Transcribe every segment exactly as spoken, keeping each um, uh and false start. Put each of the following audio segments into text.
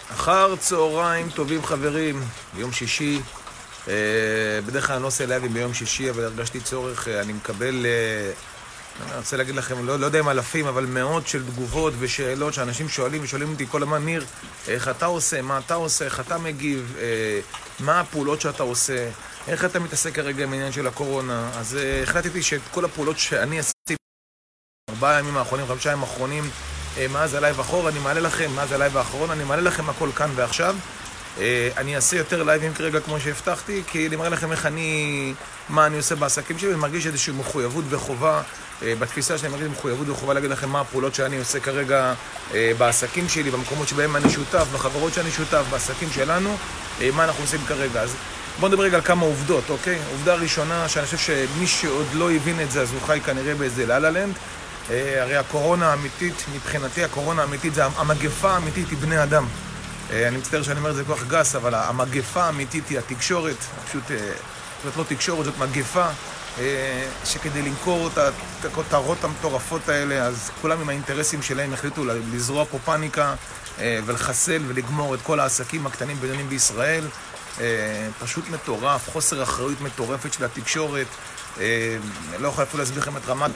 אחר צהריים טובים חברים, ביום שישי, בדרך כלל אני לא עושה לייבים ביום שישי, אבל הרגשתי צורך, אני מקבל, אני רוצה להגיד לכם, לא, לא יודע אם אלפים, אבל מאות של תגובות ושאלות שאנשים שואלים ושואלים אותי כל הזמן, ניר, איך אתה עושה, מה אתה עושה, איך אתה מגיב, מה הפעולות שאתה עושה, איך אתה מתעסק כרגע עם העניין של הקורונה. אז החלטתי שאת כל הפעולות שאני עשיתי ארבעה ימים האחרונים, חמישה ימים האחרונים, מאז הלייב אחורה, אני מעלה לכם, מאז הלייב האחרון, אני מעלה לכם הכל כאן ועכשיו. אני אעשה יותר לייבים כרגע כמו שהבטחתי, כי אני מראה לכם איך אני, מה אני עושה בעסקים שלי, ואני מרגיש איזושהי מחויבות וחובה, בתפיסה שאני מרגיש מחויבות וחובה להגיד לכם מה הפעולות שאני עושה כרגע בעסקים שלי, במקומות שבהם אני שותף, בחברות שאני שותף, בעסקים שלנו, מה אנחנו עושים כרגע. אז בואו נדבר רגע על כמה עובדות, אוקיי? עובדה ראשונה, שאני חושב שמי שעוד לא הבין את זה, אז הוא חי כנראה באיזה ללה-לנד. הרי הקורונה האמיתית, מבחינתי הקורונה האמיתית זה המגפה האמיתית היא בני אדם. אני מצטער שאני אומר את זה כל כך גס, אבל המגפה האמיתית היא התקשורת, פשוט זאת לא תקשורת, זאת מגפה, שכדי למכור את הכותרות המטורפות האלה, אז כולם עם האינטרסים שלהם החליטו לזרוע פה פאניקה ולחסל ולגמור את כל העסקים הקטנים בינוניים בישראל. פשוט מטורף, חוסר אחריות מטורפת של התקשורת. לא יכול אפילו להסביר לכם את רמת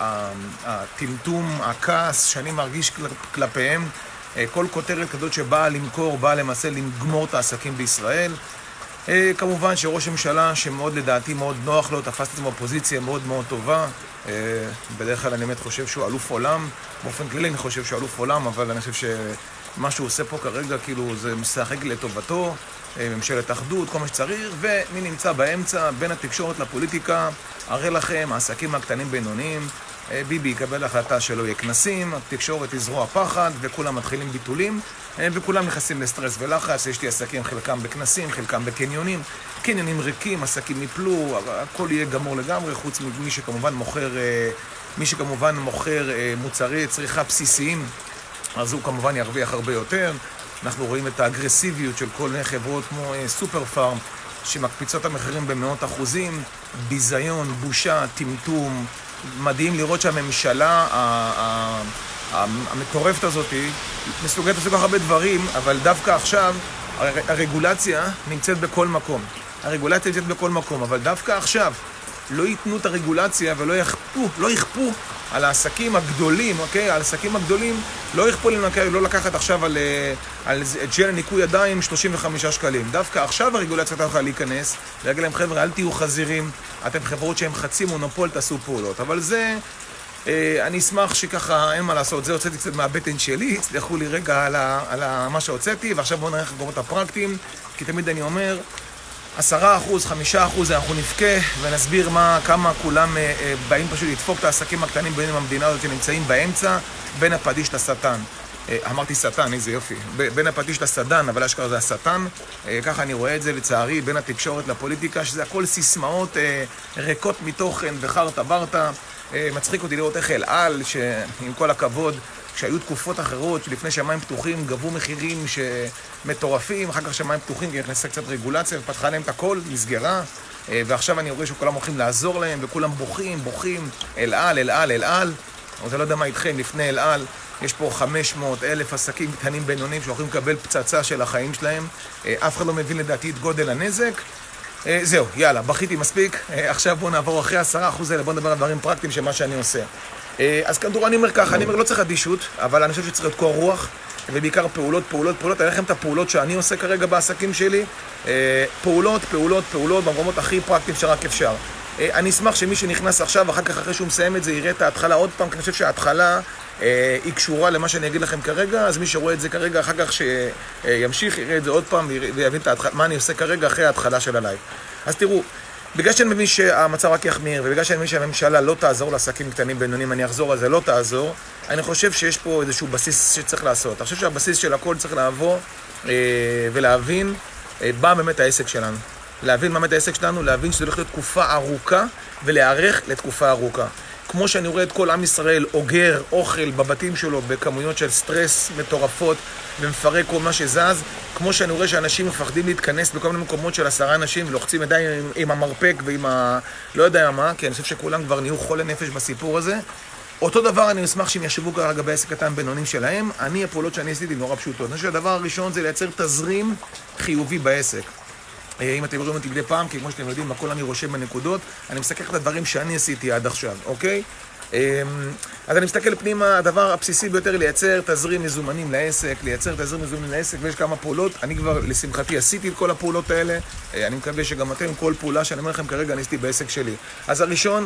הטמטום, הכעס שאני מרגיש כלפיהם. כל כותרת כזאת שבאה למכור, באה למעשה לגמור את העסקים בישראל. כמובן שראש הממשלה, שמאוד לדעתי מאוד נוח לו, תפס את עצמו פוזיציה מאוד מאוד טובה. בדרך כלל אני באמת חושב שהוא אלוף עולם, באופן כללי אני חושב שהוא אלוף עולם, אבל אני חושב שמה שהוא עושה פה כרגע כאילו זה משחק לטובתו, ממשלת אחדות, כל מה שצריך, ומי נמצא באמצע בין התקשורת לפוליטיקה, הרי לכם, העסקים הקטנים בינוניים, ביבי יקבל החלטה שלא יהיה כנסים, התקשורת יזרוע פחד, וכולם מתחילים ביטולים, וכולם נכנסים לסטרס ולחץ. יש לי עסקים, חלקם בכנסים, חלקם בקניונים, קניונים ריקים, עסקים יפלו, הכל יהיה גמור לגמרי, חוץ ממי שכמובן מוכר, מי שכמובן מוכר מוצרי צריכה בסיסיים, אז הוא כמובן ירוויח הרבה יותר. אנחנו רואים את האגרסיביות של כל מיני חברות כמו סופר פארם, שמקפיצות המחירים במאות אחוזים, ביזיון, בושה, טמטום. מדהים לראות שהממשלה המטורפת הזאת מסוגלת לעשות כל הרבה דברים, אבל דווקא עכשיו הרגולציה נמצאת בכל מקום. הרגולציה נמצאת בכל מקום, אבל דווקא עכשיו לא ייתנו את הרגולציה ולא יכפו, לא יכפו על העסקים הגדולים, אוקיי? על העסקים הגדולים לא יכפו לנקה, לא לקחת עכשיו על, על ג'ל ניקוי ידיים שלושים וחמישה שקלים. דווקא עכשיו הרגולציה אתה יכולה להיכנס, להגיד להם חבר'ה, אל תהיו חזירים, אתם חברות שהם חצי מונופול, תעשו פעולות. אבל זה, אה, אני אשמח שככה, אין מה לעשות, זה הוצאתי קצת מהבטן שלי, הצליחו לי רגע על, ה, על ה, מה שהוצאתי, ועכשיו בואו נראה גורמות הפרקטיים, כי תמיד אני אומר, עשרה אחוז, חמישה אחוז, אנחנו נפקה ונסביר מה, כמה כולם אה, אה, באים פשוט לדפוק את העסקים הקטנים בין המדינה הזאת שנמצאים באמצע, בין הפטיש לשטן. אה, אמרתי שטן, איזה יופי. ב, בין הפטיש לשטן, אבל אשכרה זה השטן. אה, ככה אני רואה את זה לצערי, בין התקשורת לפוליטיקה, שזה הכל סיסמאות אה, ריקות מתוכן וחרטה ברטה. אה, מצחיק אותי לראות איך אל על, שעם כל הכבוד, כשהיו תקופות אחרות שלפני שמיים פתוחים גבו מחירים שמטורפים, אחר כך שמיים פתוחים כי נכנסה קצת רגולציה ופתחה להם את הכל, נסגרה, ועכשיו אני רואה שכולם הולכים לעזור להם וכולם בוכים, בוכים, אל על, אל על, אל על. אני לא יודע מה איתכם, לפני אל על יש פה חמש מאות אלף עסקים קטנים בינוניים שהולכים לקבל פצצה של החיים שלהם, אף אחד לא מבין לדעתי את גודל הנזק. זהו, יאללה, בכיתי מספיק, עכשיו בואו נעבור אחרי עשרה אחוז האלה, בואו נדבר על דברים פרקטיים של מה שאני עושה. אז כדור, אני אומר ככה, אני אומר לא צריך אדישות, אבל אני חושב שצריך להיות קור רוח, ובעיקר פעולות, פעולות, פעולות. אני לכם את הפעולות שאני עושה כרגע בעסקים שלי, פעולות, פעולות, פעולות, במקומות הכי פרקטיים שרק אפשר. אני אשמח שמי שנכנס עכשיו, אחר כך אחרי שהוא מסיים את זה, יראה את ההתחלה עוד פעם, כי אני חושב שההתחלה היא קשורה למה שאני אגיד לכם כרגע, אז מי שרואה את זה כרגע, אחר כך שימשיך, יראה את זה עוד פעם, ויבין את ההתחלה, מה אני עושה כרגע אחרי ההתחלה של הלייב. אז תראו, בגלל שאני מבין שהמצב רק יחמיר, ובגלל שאני מבין שהממשלה לא תעזור לעסקים קטנים בינוניים, אני אחזור על זה, לא תעזור, אני חושב שיש פה איזשהו בסיס שצריך לעשות. אני חושב שהבסיס של הכל צריך לעבור אה, ולהבין אה, מה באמת העסק שלנו. להבין מה באמת העסק שלנו, להבין שזה הולך להיות תקופה ארוכה, ולהיערך לתקופה ארוכה. כמו שאני רואה את כל עם ישראל אוגר אוכל בבתים שלו בכמויות של סטרס מטורפות ומפרק כל מה שזז, כמו שאני רואה שאנשים מפחדים להתכנס בכל מיני מקומות של עשרה אנשים ולוחצים ידיים עם, עם המרפק ועם ה... לא יודע מה, כי אני חושב שכולם כבר נהיו חולי נפש בסיפור הזה. אותו דבר אני אשמח שהם יחשבו כרגע בעסק קטן בינונים שלהם. אני, הפעולות שאני עשיתי נורא פשוטות. אני חושב שהדבר הראשון זה לייצר תזרים חיובי בעסק. אם אתם רואים אותי מדי פעם, כי כמו שאתם יודעים, הכל אני רושם בנקודות, אני מסתכל את הדברים שאני עשיתי עד עכשיו, אוקיי? אז אני מסתכל פנימה, הדבר הבסיסי ביותר לייצר תזרים מזומנים לעסק, לייצר תזרים מזומנים לעסק, ויש כמה פעולות. אני כבר, לשמחתי, עשיתי את כל הפעולות האלה. אני מקווה שגם אתם, כל פעולה שאני אומר לכם כרגע, אני עשיתי בעסק שלי. אז הראשון,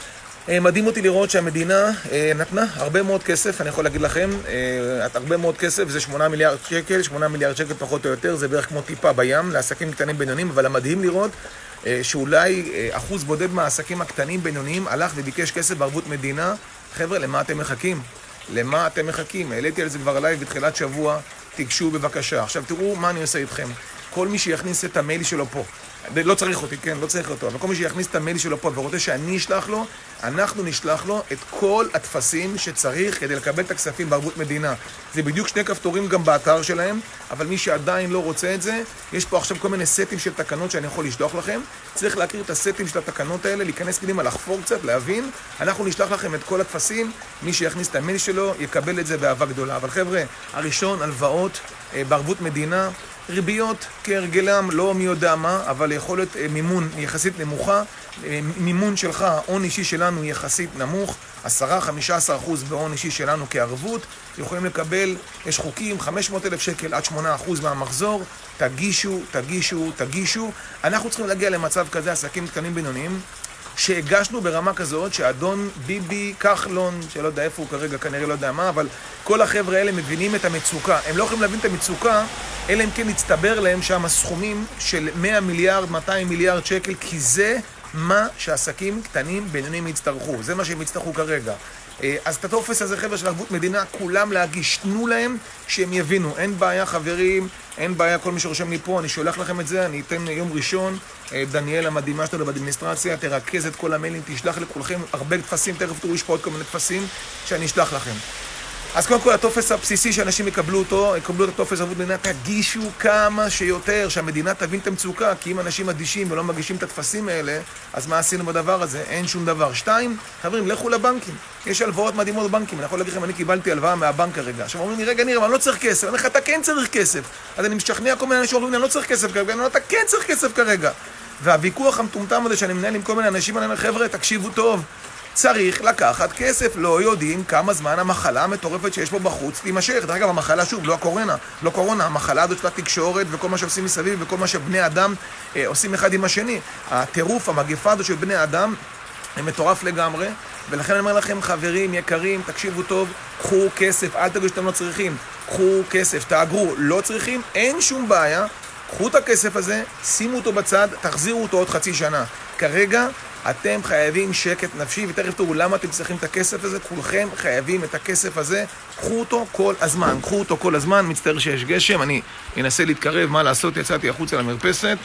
מדהים אותי לראות שהמדינה נתנה הרבה מאוד כסף, אני יכול להגיד לכם, הרבה מאוד כסף, זה שמונה מיליארד שקל, שמונה מיליארד שקל פחות או יותר, זה בערך כמו טיפה בים, לעסקים קטנים בינוניים, אבל המדהים לראות שאולי אחוז בודד מהעסקים הקטנים בינוניים הלך וביקש כסף בערבות מדינה. חבר'ה, למה אתם מחכים? למה אתם מחכים? העליתי על זה כבר עליי בתחילת שבוע, תיגשו בבקשה. עכשיו תראו מה אני עושה איתכם. כל מי שיכניס את המייל שלו פה, לא צריך אותי, כן, לא צריך אותו, אבל כל מי שיכניס את המייל שלו פה ורוצה שאני אשלח לו, אנחנו נשלח לו את כל התפסים שצריך כדי לקבל את הכספים בערבות מדינה. זה בדיוק שני כפתורים גם באתר שלהם, אבל מי שעדיין לא רוצה את זה, יש פה עכשיו כל מיני סטים של תקנות שאני יכול לשלוח לכם. צריך להכיר את הסטים של התקנות האלה, להיכנס פנימה, לחפור קצת, להבין. אנחנו נשלח לכם את כל התפסים, מי שיכניס את המייל שלו יקבל את זה באהבה גדולה. אבל חבר'ה, הראשון, הלוואות בערבות מדינה, ריביות כהרגלם, לא מי יודע מה, אבל יכולת מימון יחסית נמוכה. מימון שלך, הון אישי שלנו יחסית נמוך, עשרה עד חמישה עשר אחוז בהון אישי שלנו כערבות, יכולים לקבל, יש חוקים, חמש מאות אלף שקל עד שמונה אחוז מהמחזור. תגישו, תגישו, תגישו. אנחנו צריכים להגיע למצב כזה, עסקים קטנים בינוניים, שהגשנו ברמה כזאת שאדון ביבי כחלון, שלא יודע איפה הוא כרגע, כנראה לא יודע מה, אבל כל החבר'ה האלה מבינים את המצוקה. הם לא יכולים להבין את המצוקה, אלא אם כן יצטבר להם שם הסכומים של מאה מיליארד, מאתיים מיליארד שקל, כי זה מה שעסקים קטנים בינוניים יצטרכו. זה מה שהם יצטרכו כרגע. אז את הטופס הזה, חבר'ה, של ערבות מדינה, כולם להגיש, תנו להם שהם יבינו. אין בעיה, חברים, אין בעיה, כל מי שרושם לי פה, אני שולח לכם את זה, אני אתן יום ראשון, דניאל המדהימה שלנו באדמיניסטרציה, תרכז את כל המיילים, תשלח לכולכם הרבה תפסים, תכף תראו, יש פה עוד כל מיני תפסים שאני אשלח לכם. אז קודם כל, הטופס הבסיסי שאנשים יקבלו אותו, יקבלו את הטופס ערבות מדינה, תגישו כמה שיותר, שהמדינה תבין את המצוקה, כי אם אנשים אדישים ולא מגישים את התפסים האלה, אז מה עשינו בדבר הזה? אין שום דבר. שתיים, חברים, לכו לבנקים. יש הלוואות מדהימות בבנקים. אני יכול להגיד לכם, אני קיבלתי הלוואה מהבנק כרגע. עכשיו אומרים לי, רגע, נראה, אבל אני לא צריך כסף. אני אומר לך, אתה כן צריך כסף. אז אני משכנע כל מיני אנשים שאומרים לי, אני לא צריך כסף כרגע. אני אומר, אתה כן צריך כסף כרגע. והוויכוח המטומטם הזה שאני מנהל עם כל מיני אנשים, אני אומר, חבר'ה, תקשיבו טוב. צריך לקחת כסף, לא יודעים כמה זמן המחלה המטורפת שיש פה בחוץ תימשך. דרך אגב, המחלה, שוב, לא הקורונה, לא קורונה, המחלה הזאת של התקשורת וכל מה שעושים מסביב וכל מה שבני אדם אה, עושים אחד עם השני. הטירוף, המגפה הזאת של בני אדם, הם מטורף לגמרי, ולכן אני אומר לכם, חברים יקרים, תקשיבו טוב, קחו כסף, אל תגידו שאתם לא צריכים, קחו כסף, תאגרו, לא צריכים, אין שום בעיה, קחו את הכסף הזה, שימו אותו בצד, תחזירו אותו עוד חצי שנה. כרגע, אתם חייבים שקט נפשי, ותכף תראו למה אתם צריכים את הכסף הזה, כולכם חייבים את הכסף הזה, קחו אותו כל הזמן, קחו אותו כל הזמן, מצטער שיש גשם, אני אנסה להתקרב, מה לעשות, יצאתי החוצה למרפסת,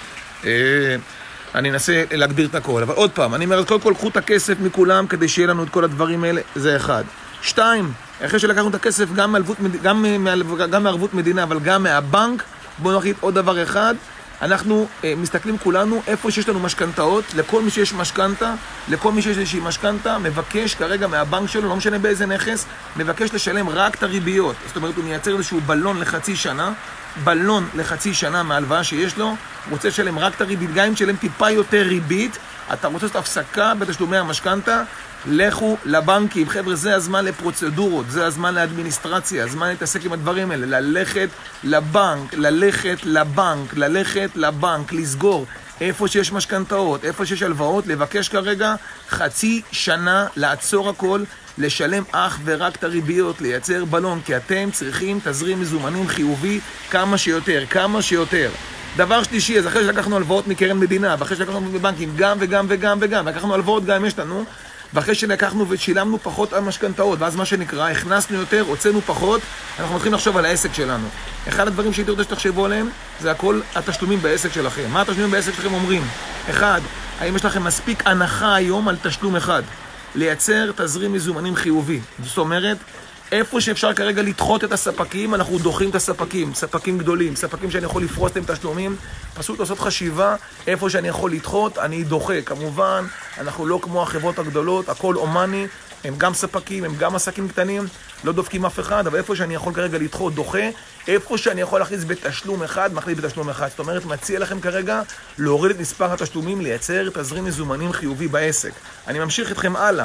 אני אנסה להגביר את הכל, אבל עוד פעם, אני אומר, קודם כל, קחו את הכסף מכולם, כדי שיהיה לנו את כל הדברים האלה, זה אחד. שתיים, אחרי שלקחנו את הכסף גם מערבות, גם, גם מערבות מדינה, אבל גם מהבנק, בואו נחליט עוד דבר אחד, אנחנו אה, מסתכלים כולנו איפה שיש לנו משכנתאות, לכל מי שיש משכנתה, לכל מי שיש איזושהי משכנתה, מבקש כרגע מהבנק שלו, לא משנה באיזה נכס, מבקש לשלם רק את הריביות. זאת אומרת, הוא מייצר איזשהו בלון לחצי שנה, בלון לחצי שנה מההלוואה שיש לו, הוא רוצה לשלם רק את הריבית, גם אם שלם טיפה יותר ריבית, אתה רוצה לעשות הפסקה בתשלומי המשכנתה, לכו לבנקים. חבר'ה, זה הזמן לפרוצדורות, זה הזמן לאדמיניסטרציה, הזמן להתעסק עם הדברים האלה, ללכת לבנק, ללכת לבנק, ללכת לבנק, לסגור איפה שיש משכנתאות, איפה שיש הלוואות, לבקש כרגע חצי שנה לעצור הכל, לשלם אך ורק את הריביות, לייצר בלון, כי אתם צריכים תזרים מזומנים חיובי כמה שיותר, כמה שיותר. דבר שלישי, אז אחרי שלקחנו הלוואות מקרן מדינה, ואחרי שלקחנו מבנקים גם וגם וגם וגם, לקחנו הלוואות גם יש לנו, ואחרי שלקחנו ושילמנו פחות על משכנתאות, ואז מה שנקרא, הכנסנו יותר, הוצאנו פחות, אנחנו מתחילים לחשוב על העסק שלנו. אחד הדברים שהייתי רוצה שתחשבו עליהם, זה הכל התשלומים בעסק שלכם. מה התשלומים בעסק שלכם אומרים? אחד, האם יש לכם מספיק הנחה היום על תשלום אחד? לייצר תזרים מזומנים חיובי. זאת אומרת, איפה שאפשר כרגע לדחות את הספקים, אנחנו דוחים את הספקים, ספקים גדולים, ספקים שאני יכול לפרוס להם תשלומים, פשוט לעשות חשיבה, איפה שאני יכול לדחות, אני דוחה. כמובן, אנחנו לא כמו החברות הגדולות, הכל אומני, הם גם ספקים, הם גם עסקים קטנים, לא דופקים אף אחד, אבל איפה שאני יכול כרגע לדחות, דוחה, איפה שאני יכול להכניס בתשלום אחד, מחליט בתשלום אחד. זאת אומרת, מציע לכם כרגע להוריד את מספר התשלומים, לייצר תזרים מזומנים חיובי בעסק. אני ממשיך איתכם הלאה.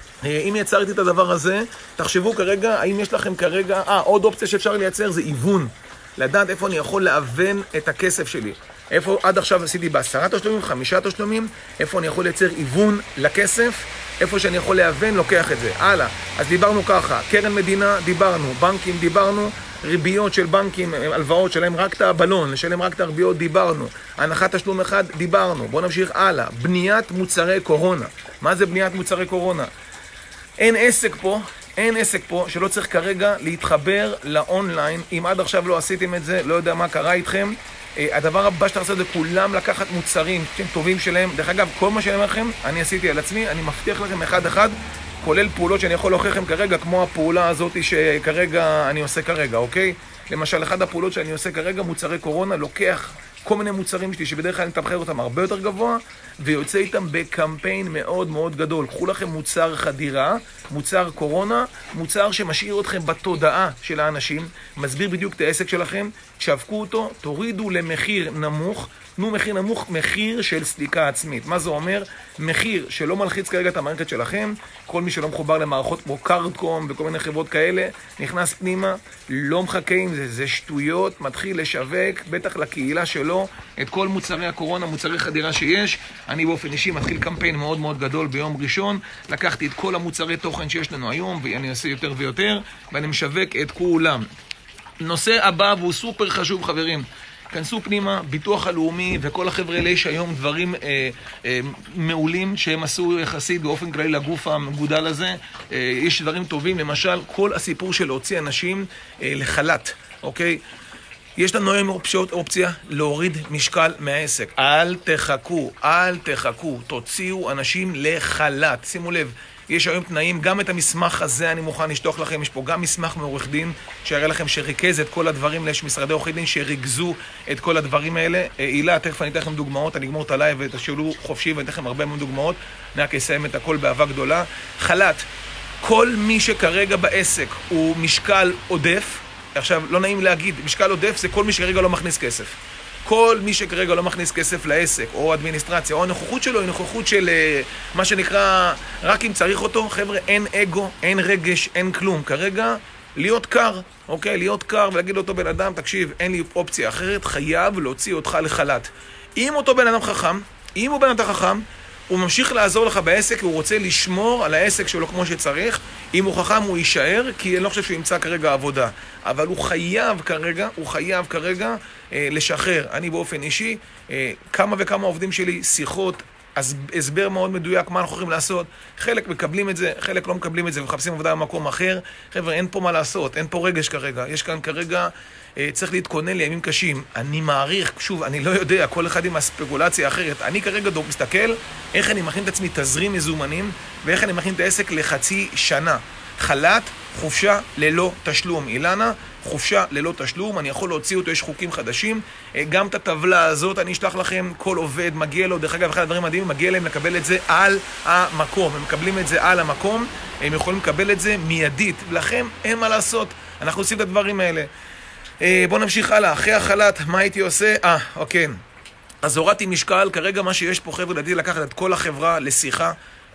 אם יצרתי את הדבר הזה, תחשבו כרגע, האם יש לכם כרגע, אה, עוד אופציה שאפשר לייצר זה איוון. לדעת איפה אני יכול להוון את הכסף שלי. איפה עד עכשיו עשיתי בעשרה תשלומים, חמישה תשלומים, איפה אני יכול לייצר איוון לכסף, איפה שאני יכול להוון, לוקח את זה. הלאה. אז דיברנו ככה, קרן מדינה, דיברנו, בנקים, דיברנו, ריביות של בנקים, הלוואות, שלהם רק את הבלון, לשלם רק את הריביות, דיברנו. הנחת תשלום אחד, דיברנו. בואו נמשיך הלאה. בניית מוצרי קורונה. מה זה בניית מוצרי קורונה? אין עסק פה, אין עסק פה שלא צריך כרגע להתחבר לאונליין. אם עד עכשיו לא עשיתם את זה, לא יודע מה קרה איתכם. הדבר הבא שאתה רוצה זה כולם לקחת מוצרים שהם טובים שלהם. דרך אגב, כל מה שאני אומר לכם, אני עשיתי על עצמי, אני מבטיח לכם אחד אחד, כולל פעולות שאני יכול להוכיח לכם כרגע, כמו הפעולה הזאת שכרגע אני עושה כרגע, אוקיי? למשל, אחד הפעולות שאני עושה כרגע, מוצרי קורונה, לוקח כל מיני מוצרים שלי שבדרך כלל אני מתמחר אותם הרבה יותר גבוה, ויוצא איתם בקמפיין מאוד מאוד גדול. קחו לכם מוצר חדירה, מוצר קורונה, מוצר שמשאיר אתכם בתודעה של האנשים, מסביר בדיוק את העסק שלכם, תשווקו אותו, תורידו למחיר נמוך, תנו מחיר נמוך, מחיר של סליקה עצמית. מה זה אומר? מחיר שלא מלחיץ כרגע את המערכת שלכם, כל מי שלא מחובר למערכות כמו קארדקום וכל מיני חברות כאלה, נכנס פנימה, לא מחכה עם זה, זה שטויות, מתחיל לשווק, בטח לקהילה שלו, את כל מוצרי הקורונה, מוצרי חדירה שיש. אני באופן אישי מתחיל קמפיין מאוד מאוד גדול ביום ראשון, לקחתי את כל המוצרי תוכן שיש לנו היום, ואני אעשה יותר ויותר, ואני משווק את כולם. נושא הבא, והוא סופר חשוב חברים, כנסו פנימה, ביטוח הלאומי וכל החבר'ה האלה, יש היום דברים אה, אה, מעולים שהם עשו יחסית באופן כללי לגוף המגודל הזה. אה, יש דברים טובים, למשל כל הסיפור של להוציא אנשים אה, לחל"ת, אוקיי? יש לנו היום אופציות, אופציה להוריד משקל מהעסק. אל תחכו, אל תחכו, תוציאו אנשים לחל"ת. שימו לב, יש היום תנאים, גם את המסמך הזה אני מוכן לשטוח לכם, יש פה גם מסמך מעורך דין שיראה לכם שריכז את כל הדברים, יש משרדי עורכי דין שריכזו את כל הדברים האלה. הילה, תכף אני אתן לכם דוגמאות, אני אגמור את הלייב ותשאלו חופשי ואני אתן לכם הרבה מאוד דוגמאות, אני רק אסיים את הכל באהבה גדולה. חל"ת, כל מי שכרגע בעסק הוא משקל עודף, עכשיו לא נעים להגיד, משקל עודף זה כל מי שכרגע לא מכניס כסף. כל מי שכרגע לא מכניס כסף לעסק, או אדמיניסטרציה, או הנוכחות שלו היא נוכחות של מה שנקרא, רק אם צריך אותו, חבר'ה, אין אגו, אין רגש, אין כלום. כרגע, להיות קר, אוקיי? להיות קר ולהגיד לאותו בן אדם, תקשיב, אין לי אופציה אחרת, חייב להוציא אותך לחל"ת. אם אותו בן אדם חכם, אם הוא בן אדם חכם, הוא ממשיך לעזור לך בעסק, הוא רוצה לשמור על העסק שלו כמו שצריך. אם הוא חכם הוא יישאר, כי אני לא חושב שהוא ימצא כרגע עבודה. אבל הוא חייב כרגע, הוא חייב כרגע אה, לשחרר. אני באופן אישי, אה, כמה וכמה עובדים שלי, שיחות, אז הסבר מאוד מדויק מה אנחנו יכולים לעשות. חלק מקבלים את זה, חלק לא מקבלים את זה ומחפשים עבודה במקום אחר. חבר'ה, אין פה מה לעשות, אין פה רגש כרגע. יש כאן כרגע, אה, צריך להתכונן לימים קשים. אני מעריך, שוב, אני לא יודע, כל אחד עם הספקולציה האחרת. אני כרגע מסתכל איך אני מכין את עצמי תזרים מזומנים, ואיך אני מכין את העסק לחצי שנה. חל"ת, חופשה ללא תשלום. אילנה, חופשה ללא תשלום, אני יכול להוציא אותו, יש חוקים חדשים. גם את הטבלה הזאת אני אשלח לכם, כל עובד מגיע לו, דרך אגב, אחד הדברים מדהימים, מגיע להם לקבל את זה על המקום. הם מקבלים את זה על המקום, הם יכולים לקבל את זה מיידית. לכם אין מה לעשות, אנחנו עושים את הדברים האלה. בואו נמשיך הלאה, אחרי החל"ת, מה הייתי עושה? אה, אוקיי. אז הורדתי משקל, כרגע מה שיש פה, חבר'ה, לדעתי לקחת את כל החברה לשיחה.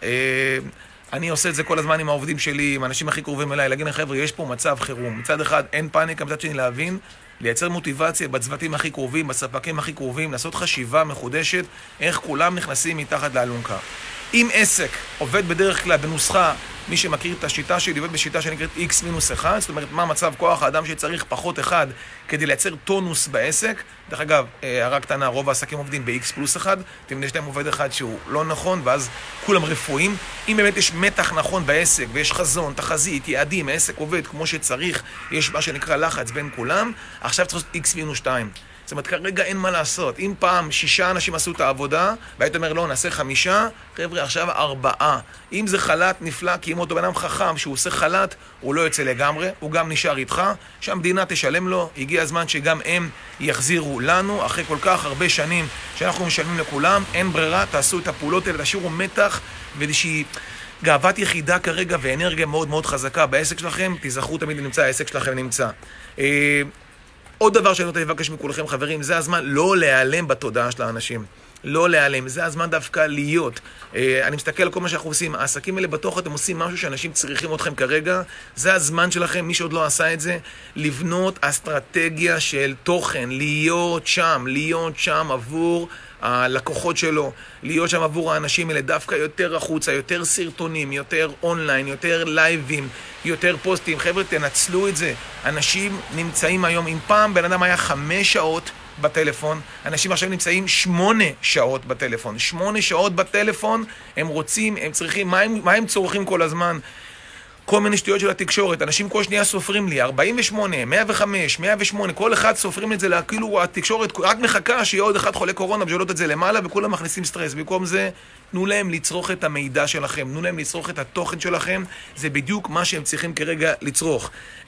אני עושה את זה כל הזמן עם העובדים שלי, עם האנשים הכי קרובים אליי, להגיד להם, חבר'ה, יש פה מצב חירום. מצד אחד אין פאניקה, מצד שני להבין, לייצר מוטיבציה בצוותים הכי קרובים, בספקים הכי קרובים, לעשות חשיבה מחודשת, איך כולם נכנסים מתחת לאלונקה. אם עסק עובד בדרך כלל בנוסחה, מי שמכיר את השיטה שלי, עובד בשיטה שנקראת X מינוס אחד, זאת אומרת, מה מצב כוח האדם שצריך פחות אחד כדי לייצר טונוס בעסק. דרך אגב, הערה קטנה, רוב העסקים עובדים ב-X פלוס אחד, אתם יודעים שאתם עובד אחד שהוא לא נכון, ואז כולם רפואיים. אם באמת יש מתח נכון בעסק, ויש חזון, תחזית, יעדים, העסק עובד כמו שצריך, יש מה שנקרא לחץ בין כולם, עכשיו צריך לעשות X מינוס שתיים. זאת אומרת, כרגע אין מה לעשות. אם פעם שישה אנשים עשו את העבודה, והיית אומר, לא, נעשה חמישה, חבר'ה, עכשיו ארבעה. אם זה חל"ת נפלא, כי אם אותו בן אדם חכם שהוא עושה חל"ת, הוא לא יוצא לגמרי, הוא גם נשאר איתך, שהמדינה תשלם לו, הגיע הזמן שגם הם יחזירו לנו, אחרי כל כך הרבה שנים שאנחנו משלמים לכולם, אין ברירה, תעשו את הפעולות האלה, תשאירו מתח ואיזושהי גאוות יחידה כרגע ואנרגיה מאוד מאוד חזקה בעסק שלכם, תזכרו תמיד נמצא, העסק שלכם נמצא. עוד דבר שאני רוצה לבקש מכולכם חברים, זה הזמן לא להיעלם בתודעה של האנשים. לא להיעלם, זה הזמן דווקא להיות. אני מסתכל על כל מה שאנחנו עושים, העסקים האלה בתוך אתם עושים משהו שאנשים צריכים אתכם כרגע, זה הזמן שלכם, מי שעוד לא עשה את זה, לבנות אסטרטגיה של תוכן, להיות שם, להיות שם עבור הלקוחות שלו, להיות שם עבור האנשים האלה, דווקא יותר החוצה, יותר סרטונים, יותר אונליין, יותר לייבים, יותר פוסטים. חבר'ה, תנצלו את זה. אנשים נמצאים היום, אם פעם בן אדם היה חמש שעות בטלפון, אנשים עכשיו נמצאים שמונה שעות בטלפון. שמונה שעות בטלפון, הם רוצים, הם צריכים, מה הם, מה הם צורכים כל הזמן? כל מיני שטויות של התקשורת. אנשים כל שנייה סופרים לי, ארבעים ושמונה, מאה וחמש, מאה ושמונה, כל אחד סופרים את זה, לה, כאילו התקשורת רק מחכה שיהיה עוד אחד חולה קורונה ושאלות את זה למעלה, וכולם מכניסים סטרס. במקום זה, תנו להם לצרוך את המידע שלכם, תנו להם לצרוך את התוכן שלכם, זה בדיוק מה שהם צריכים כרגע לצרוך.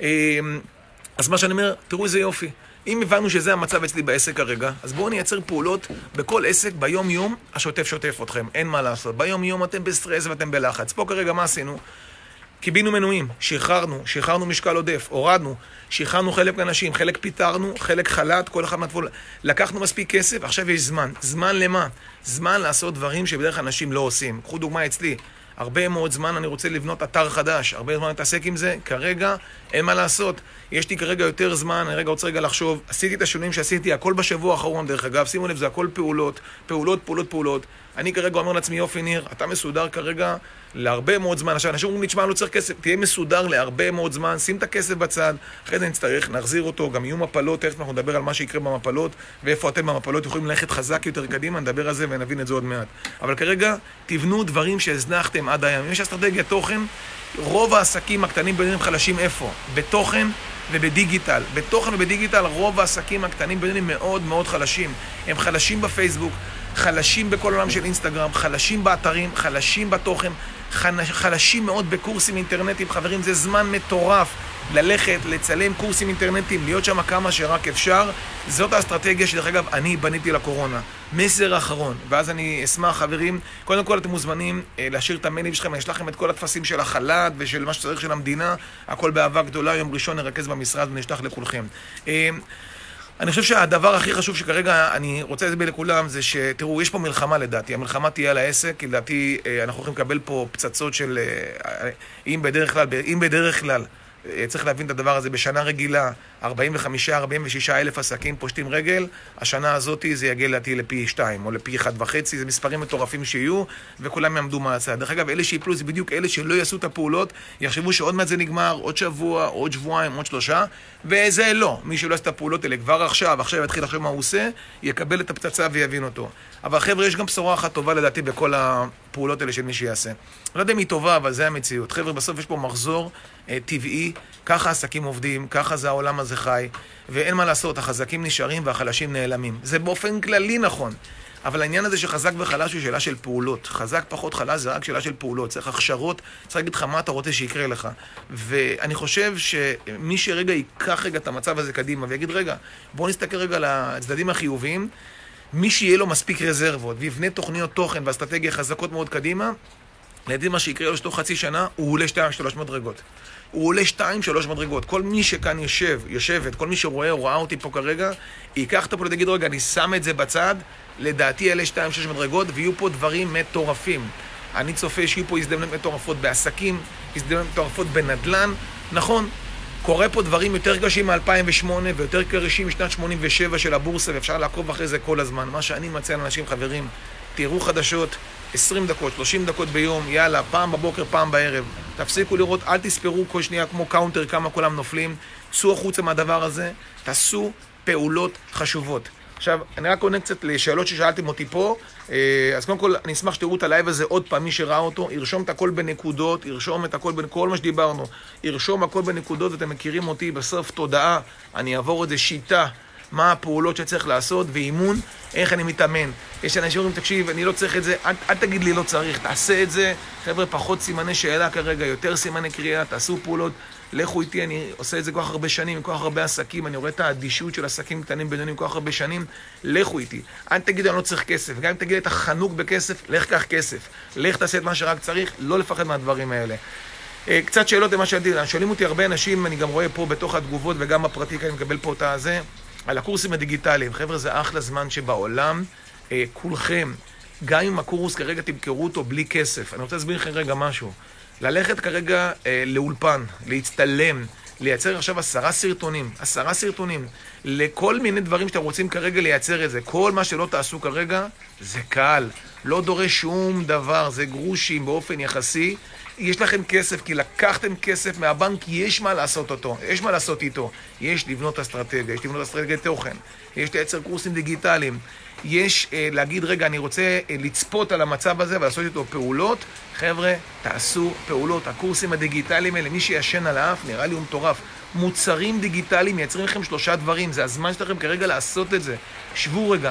אז מה שאני אומר, תראו איזה יופי. אם הבנו שזה המצב אצלי בעסק כרגע, אז בואו נייצר פעולות בכל עסק ביום יום, השוטף שוטף אתכם, אין מה לעשות. ביום יום אתם בסטרס ואתם בלחץ. פה כרגע מה עשינו? קיבינו מנויים, שחררנו, שחררנו משקל עודף, הורדנו, שחררנו חלק אנשים, חלק פיתרנו, חלק חלט, כל אחד מהתפול. לקחנו מספיק כסף, עכשיו יש זמן. זמן למה? זמן לעשות דברים שבדרך אנשים לא עושים. קחו דוגמה אצלי, הרבה מאוד זמן אני רוצה לבנות אתר חדש, הרבה זמן להתעסק עם זה, כרגע אין מה לעשות. יש לי כרגע יותר זמן, אני רגע רוצה רגע לחשוב, עשיתי את השינויים שעשיתי, הכל בשבוע האחרון דרך אגב, שימו לב, זה הכל פעולות, פעולות, פעולות, פעולות. אני כרגע אומר לעצמי, יופי ניר, אתה מסודר כרגע להרבה מאוד זמן. עכשיו, אנשים אומרים לי, תשמע, לא צריך כסף, תהיה מסודר להרבה מאוד זמן, שים את הכסף בצד, אחרי זה נצטרך, נחזיר אותו, גם יהיו מפלות, תכף אנחנו נדבר על מה שיקרה במפלות, ואיפה אתם במפלות יכולים ללכת חזק יותר קדימה, נדבר על זה ונבין את זה עוד מעט. אבל כרגע, תבנו דברים שהזנחתם עד היום. אם יש אסטרטגיה תוכן, רוב העסקים הקטנים בינוניים חלשים איפה? בתוכן ובדיגיטל. בתוכן ובדיגיטל, רוב העסקים הקטנים בינוניים מאוד מאוד חלשים. הם חלשים בפייסבוק, חלשים בכל עולם של אינסטגרם, חלשים באתרים, חלשים בתוכן, חלשים מאוד בקורסים אינטרנטיים. חברים, זה זמן מטורף ללכת, לצלם קורסים אינטרנטיים, להיות שם כמה שרק אפשר. זאת האסטרטגיה שדרך אגב אני בניתי לקורונה. מסר האחרון, ואז אני אשמח חברים, קודם כל אתם מוזמנים אה, להשאיר את המיילים שלכם, אני אשלח לכם את כל התפסים של החל"ת ושל מה שצריך של המדינה, הכל באהבה גדולה, יום ראשון נרכז במשרד ונשלח לכולכם. אה, אני חושב שהדבר הכי חשוב שכרגע אני רוצה להסביר לכולם זה שתראו, יש פה מלחמה לדעתי, המלחמה תהיה על העסק, כי לדעתי אנחנו הולכים לקבל פה פצצות של, אם בדרך כלל, אם בדרך כלל, צריך להבין את הדבר הזה, בשנה רגילה ארבעים וחמישה ארבעים ושישה אלף עסקים פושטים רגל, השנה הזאת זה יגיע לדעתי לפי שתיים או לפי אחד וחצי, זה מספרים מטורפים שיהיו וכולם יעמדו מהצד. דרך אגב, אלה שיפלו זה בדיוק אלה שלא יעשו את הפעולות, יחשבו שעוד מעט זה נגמר, עוד שבוע, עוד שבועיים, עוד שלושה, וזה לא. מי שלא עשה את הפעולות האלה כבר עכשיו, עכשיו יתחיל לחשוב מה הוא עושה, יקבל את הפצצה ויבין אותו. אבל חבר'ה, יש גם בשורה אחת טובה לדעתי בכל הפעולות האלה של מי שיעשה. לא יודע אם היא טובה, אבל זה המציאות. חבר'ה, בסוף יש פה מחזור אה, טבעי, ככה עסקים עובדים, ככה זה העולם הזה חי, ואין מה לעשות, החזקים נשארים והחלשים נעלמים. זה באופן כללי נכון. אבל העניין הזה שחזק וחלש הוא שאלה של פעולות. חזק פחות חלש זה רק שאלה של פעולות. צריך הכשרות, צריך להגיד לך מה אתה רוצה שיקרה לך. ואני חושב שמי שרגע ייקח רגע את המצב הזה קדימה ויגיד רגע, בוא נסתכל רגע על הצדדים החיוביים, מי שיהיה לו מספיק רזרבות ויבנה תוכניות תוכן ואסטרטגיה חזקות מאוד קדימה, לדעתי מה שיקרה לו שתוך חצי שנה, הוא עולה שתיים שלוש מדרגות. הוא עולה שתיים שלוש מדרגות. כל מי שכאן יושב, יושבת, כל מי שרואה או רואה אותי פה כרגע, ייקח את הפעולות, יגיד רגע, אני שם את זה בצד, לדעתי אלה שתיים שש מדרגות, ויהיו פה דברים מטורפים. אני צופה שיהיו פה הזדמנות מטורפות בעסקים, הזדמנות מטורפות בנדלן. נכון, קורה פה דברים יותר קשים מ-אלפיים ושמונה ויותר קשים משנת שמונים ושבע של הבורסה, ואפשר לעקוב אחרי זה כל הזמן. מה שאני מציע לאנשים, חברים, תראו חדשות, עשרים דקות, שלושים דקות ביום, יאללה, פעם בבוקר, פעם בערב. תפסיקו לראות, אל תספרו כל שנייה כמו קאונטר כמה כולם נופלים. צאו החוצה מהדבר הזה, תעשו פעולות חשובות. עכשיו, אני רק עונה קצת לשאלות ששאלתם אותי פה. אז קודם כל, אני אשמח שתראו את הלייב הזה עוד פעם, מי שראה אותו, ירשום את הכל בנקודות, ירשום את הכל בכל מה שדיברנו. ירשום הכל בנקודות, ואתם מכירים אותי בסוף תודעה. אני אעבור את זה שיטה מה הפעולות שצריך לעשות, ואימון, איך אני מתאמן. יש אנשים שאומרים, תקשיב, אני לא צריך את זה, אל, אל תגיד לי לא צריך, תעשה את זה. חבר'ה, פחות סימני שאלה כרגע, יותר סימני קריאה, תעשו פעולות, לכו איתי, אני עושה את זה כל כך הרבה שנים, כל כך הרבה עסקים, אני רואה את האדישות של עסקים קטנים בינוניים כל כך הרבה שנים, לכו איתי. אל תגיד, אני לא צריך כסף, גם אם תגיד את החנוק בכסף, לך קח כסף. לך תעשה את מה שרק צריך, לא לפחד מהדברים האלה. קצת שאלות למה שאלתי, שואלים אותי הרבה אנשים, אני גם רואה פה בתוך התגובות וגם בפרטי, אני מקבל פה את הזה, על הקורסים הדיגיטליים. חבר'ה, זה אחלה זמן שבעולם, כולכם, גם אם הקורס כרגע תמכרו אותו בלי כסף. אני רוצה להסביר לכם רגע משהו. ללכת כרגע לאולפן, להצטלם, לייצר עכשיו עשרה סרטונים, עשרה סרטונים, לכל מיני דברים שאתם רוצים כרגע לייצר את זה. כל מה שלא תעשו כרגע, זה קל. לא דורש שום דבר, זה גרושים באופן יחסי. יש לכם כסף, כי לקחתם כסף מהבנק, יש מה לעשות אותו, יש מה לעשות איתו. יש לבנות אסטרטגיה, יש לבנות אסטרטגיה תוכן, יש לייצר קורסים דיגיטליים, יש אה, להגיד, רגע, אני רוצה אה, לצפות על המצב הזה ולעשות איתו פעולות. חבר'ה, תעשו פעולות. הקורסים הדיגיטליים האלה, מי שישן על האף, נראה לי הוא מטורף. מוצרים דיגיטליים מייצרים לכם שלושה דברים, זה הזמן שלכם כרגע לעשות את זה. שבו רגע.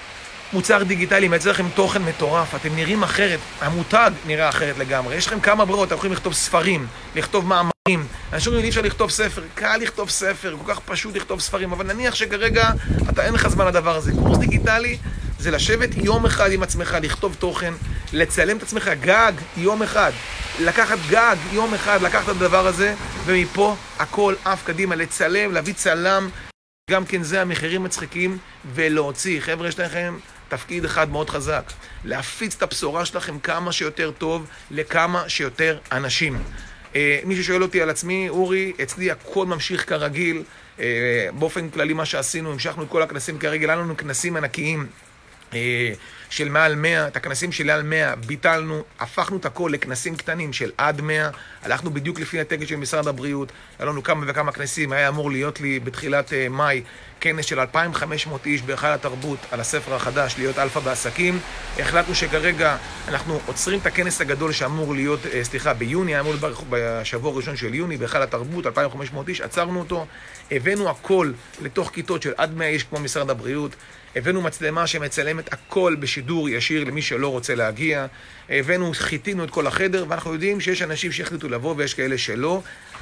מוצר דיגיטלי, מייצר לכם תוכן מטורף, אתם נראים אחרת, המותג נראה אחרת לגמרי. יש לכם כמה ברירות, אתם יכולים לכתוב ספרים, לכתוב מאמרים. אנשים אומרים, אי אפשר לכתוב ספר, קל לכתוב ספר, כל כך פשוט לכתוב ספרים, אבל נניח שכרגע אתה אין לך זמן לדבר הזה. קורס דיגיטלי זה לשבת יום אחד עם עצמך, לכתוב תוכן, לצלם את עצמך גג יום אחד, לקחת גג יום אחד, לקחת את הדבר הזה, ומפה הכל אף קדימה, לצלם, להביא צלם, גם כן זה המחירים מצחיקים, ולהוציא. חבר'ה, יש לכם תפקיד אחד מאוד חזק, להפיץ את הבשורה שלכם כמה שיותר טוב לכמה שיותר אנשים. אה, מי ששואל אותי על עצמי, אורי, אצלי הכל ממשיך כרגיל, אה, באופן כללי מה שעשינו, המשכנו את כל הכנסים כרגיל, היה לנו כנסים ענקיים, אה, של מעל מאה, את הכנסים של מעל מאה ביטלנו, הפכנו את הכל לכנסים קטנים של עד מאה, הלכנו בדיוק לפי התקן של משרד הבריאות, היה לנו כמה וכמה כנסים, היה אמור להיות לי בתחילת uh, מאי, כנס של אלפיים וחמש מאות איש בהיכל התרבות על הספר החדש, להיות אלפא בעסקים. החלטנו שכרגע אנחנו עוצרים את הכנס הגדול שאמור להיות, uh, סליחה, ביוני, אמור להיות בשבוע הראשון של יוני, בהיכל התרבות, אלפיים וחמש מאות איש, עצרנו אותו, הבאנו הכל לתוך כיתות של עד מאה איש כמו משרד הבריאות, הבאנו מצלמה שמצלמת הכל בשידור ישיר למי שלא רוצה להגיע, הבאנו, חיתינו את כל החדר, ואנחנו יודעים שיש אנשים שהחליטו לבוא ויש כאלה שלא.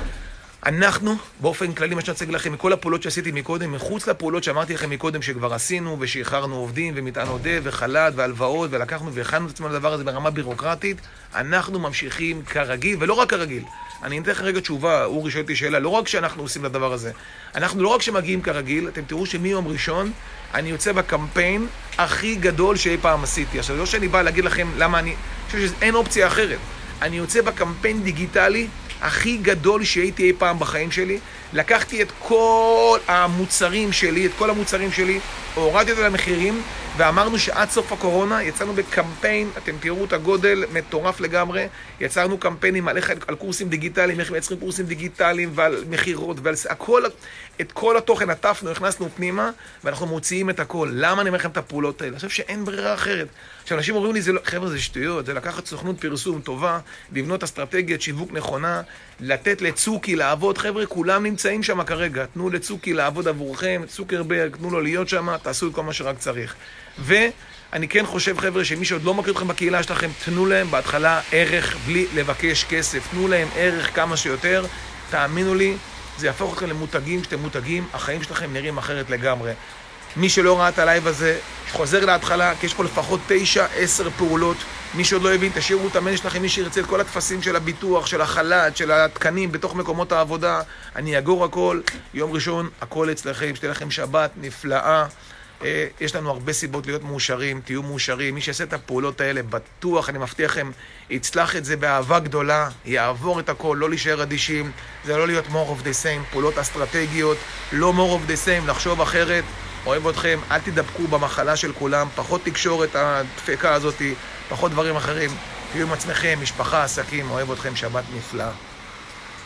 אנחנו, באופן כללי, מה שאני רוצה להגיד לכם, מכל הפעולות שעשיתי מקודם, מחוץ לפעולות שאמרתי לכם מקודם שכבר עשינו ושאיחרנו עובדים ומטען עודף וחל"ת והלוואות ולקחנו והכנו את עצמנו לדבר הזה ברמה בירוקרטית, אנחנו ממשיכים כרגיל, ולא רק כרגיל. אני אתן לך רגע תשובה, אורי שואל אותי שאלה, לא רק שאנחנו עושים לדבר הזה, אנחנו לא רק שמגיעים כרגיל, אתם תראו שמיום ראשון אני יוצא בקמפיין הכי גדול שאי פעם עשיתי. עכשיו, לא שאני בא להגיד לכם למה אני, אני חושב שאין אופציה אחרת. אני יוצא בקמפיין דיגיטלי הכי גדול שהייתי אי פעם בחיים שלי, לקחתי את כל המוצרים שלי, את כל המוצרים שלי, הורדתי את המחירים, ואמרנו שעד סוף הקורונה יצאנו בקמפיין, אתם תראו את הגודל מטורף לגמרי, יצרנו קמפיינים על, על קורסים דיגיטליים, איך מייצרים קורסים דיגיטליים ועל מחירות ועל הכל, את כל התוכן עטפנו, הכנסנו פנימה, ואנחנו מוציאים את הכל. למה אני אומר לכם את הפעולות האלה? אני חושב שאין ברירה אחרת. עכשיו, אנשים אומרים לי, זה לא, חבר'ה, זה שטויות, זה לקחת סוכנות פרסום טובה, לבנות אסטרטגיית שיווק נכונה, לתת לצוקי לעבוד. חבר'ה, כולם נמצאים שם כרגע. תנו לצוקי לעבוד עבורכם, צוקרברג, תנו לו להיות שם, תעשו את כל מה שרק צריך. ואני כן חושב, חבר'ה, שמי שעוד לא מכיר אתכם בקהילה שלכם, תנו להם בהתחלה ערך בלי לבקש כסף. תנו להם ערך כמה שיותר. תאמינו לי, זה יהפוך אתכם למותגים. כשאתם מותגים, החיים שלכם נראים אחרת לגמרי. מי שלא ראה את הלייב הזה, חוזר להתחלה, כי יש פה לפחות תשע, עשר פעולות. מי שעוד לא הבין, תשאירו את המייל שלכם, מי שירצה את כל התפסים של הביטוח, של החל"ת, של התקנים בתוך מקומות העבודה. אני אגור הכל. יום ראשון, הכל אצלכם, שתהיה לכם שבת נפלאה. יש לנו הרבה סיבות להיות מאושרים, תהיו מאושרים. מי שיעשה את הפעולות האלה, בטוח, אני מבטיח לכם, יצלח את זה באהבה גדולה, יעבור את הכל, לא להישאר אדישים, זה לא להיות more of the same, פעולות אסטרטגיות, לא more of the same, לחשוב אחרת. אוהב אתכם, אל תדבקו במחלה של כולם, פחות תקשורת הדפקה הזאת, פחות דברים אחרים, תהיו עם עצמכם, משפחה, עסקים, אוהב אתכם, שבת נפלאה.